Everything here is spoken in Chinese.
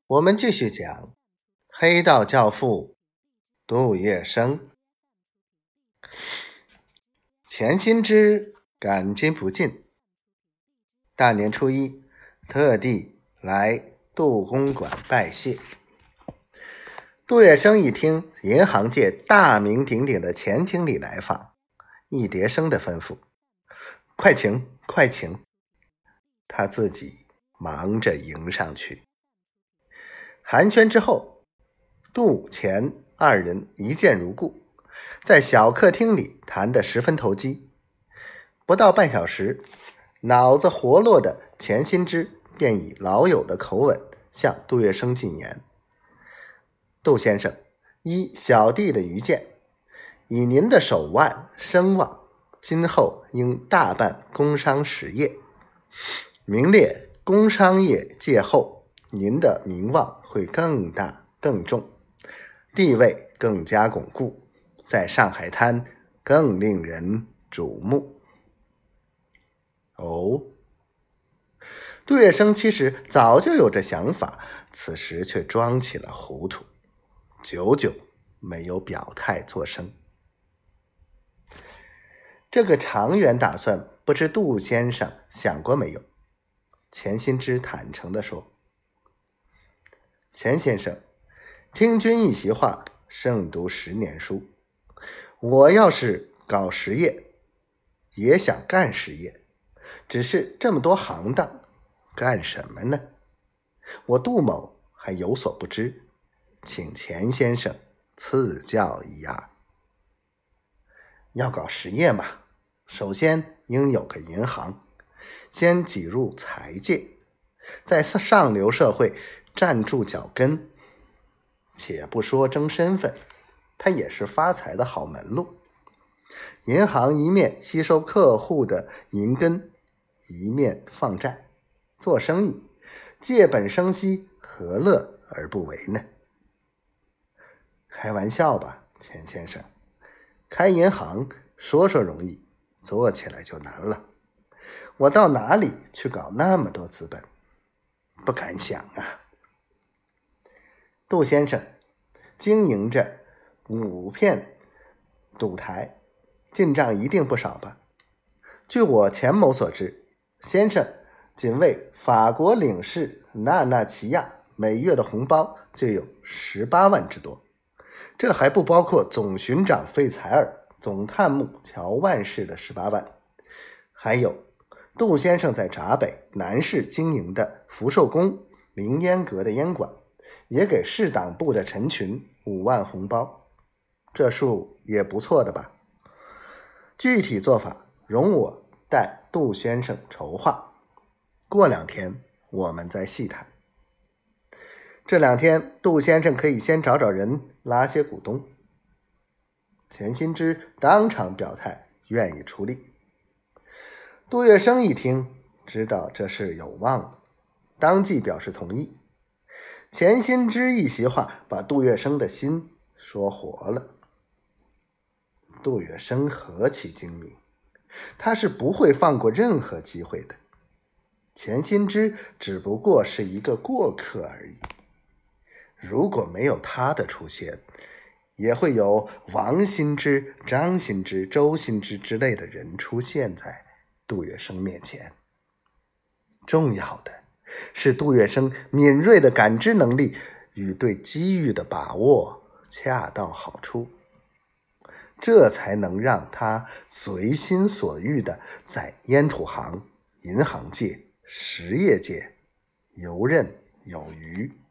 我们继续讲黑道教父杜月笙。钱新之感激不尽，大年初一特地来杜公馆拜谢。杜月笙一听银行界大名鼎鼎的钱经理来访，一叠声的吩咐：快请快请。他自己忙着迎上去。寒暄之后，杜钱二人一见如故，在小客厅里谈得十分投机。不到半小时，脑子活络的钱新之便以老友的口吻向杜月笙进言：杜先生，依小弟的愚见，以您的手腕声望，今后应大办工商实业，名列工商业界后，您的名望会更大更重，地位更加巩固，在上海滩更令人瞩目。哦，杜月笙其实早就有这想法，此时却装起了糊涂，久久没有表态作声。这个长远打算，不知杜先生想过没有？钱新之坦诚地说：钱先生，听君一席话，胜读10年书。我要是搞实业，也想干实业，只是这么多行当，干什么呢？我杜某还有所不知，请钱先生赐教一二。要搞实业嘛，首先应有个银行，先挤入财界，在上流社会站住脚跟。且不说争身份，它也是发财的好门路。银行一面吸收客户的银根，一面放债，做生意，借本生息，何乐而不为呢？开玩笑吧，钱先生，开银行说说容易，做起来就难了。我到哪里去搞那么多资本？不敢想啊。杜先生经营着5片赌台，进账一定不少吧？据我钱某所知，先生仅为法国领事纳纳齐亚每月的红包就有18万之多，这还不包括总巡长费采尔、总探目乔万士的18万，还有杜先生在闸北南市经营的福寿宫凌烟阁的烟馆，也给市党部的陈群5万红包，这数也不错的吧？具体做法容我代杜先生筹划，过2天我们再细谈。这2天杜先生可以先找人拉些股东。钱新之当场表态愿意出力。杜月笙一听知道这事有望了，当即表示同意。钱新之一席话把杜月笙的心说活了。杜月笙何其精明，他是不会放过任何机会的。钱新之只不过是一个过客而已，如果没有他的出现，也会有王新之、张新之、周新之之类的人出现在杜月笙面前。重要的是杜月笙敏锐的感知能力与对机遇的把握恰到好处，这才能让他随心所欲的在烟土行、银行界、实业界游刃有余。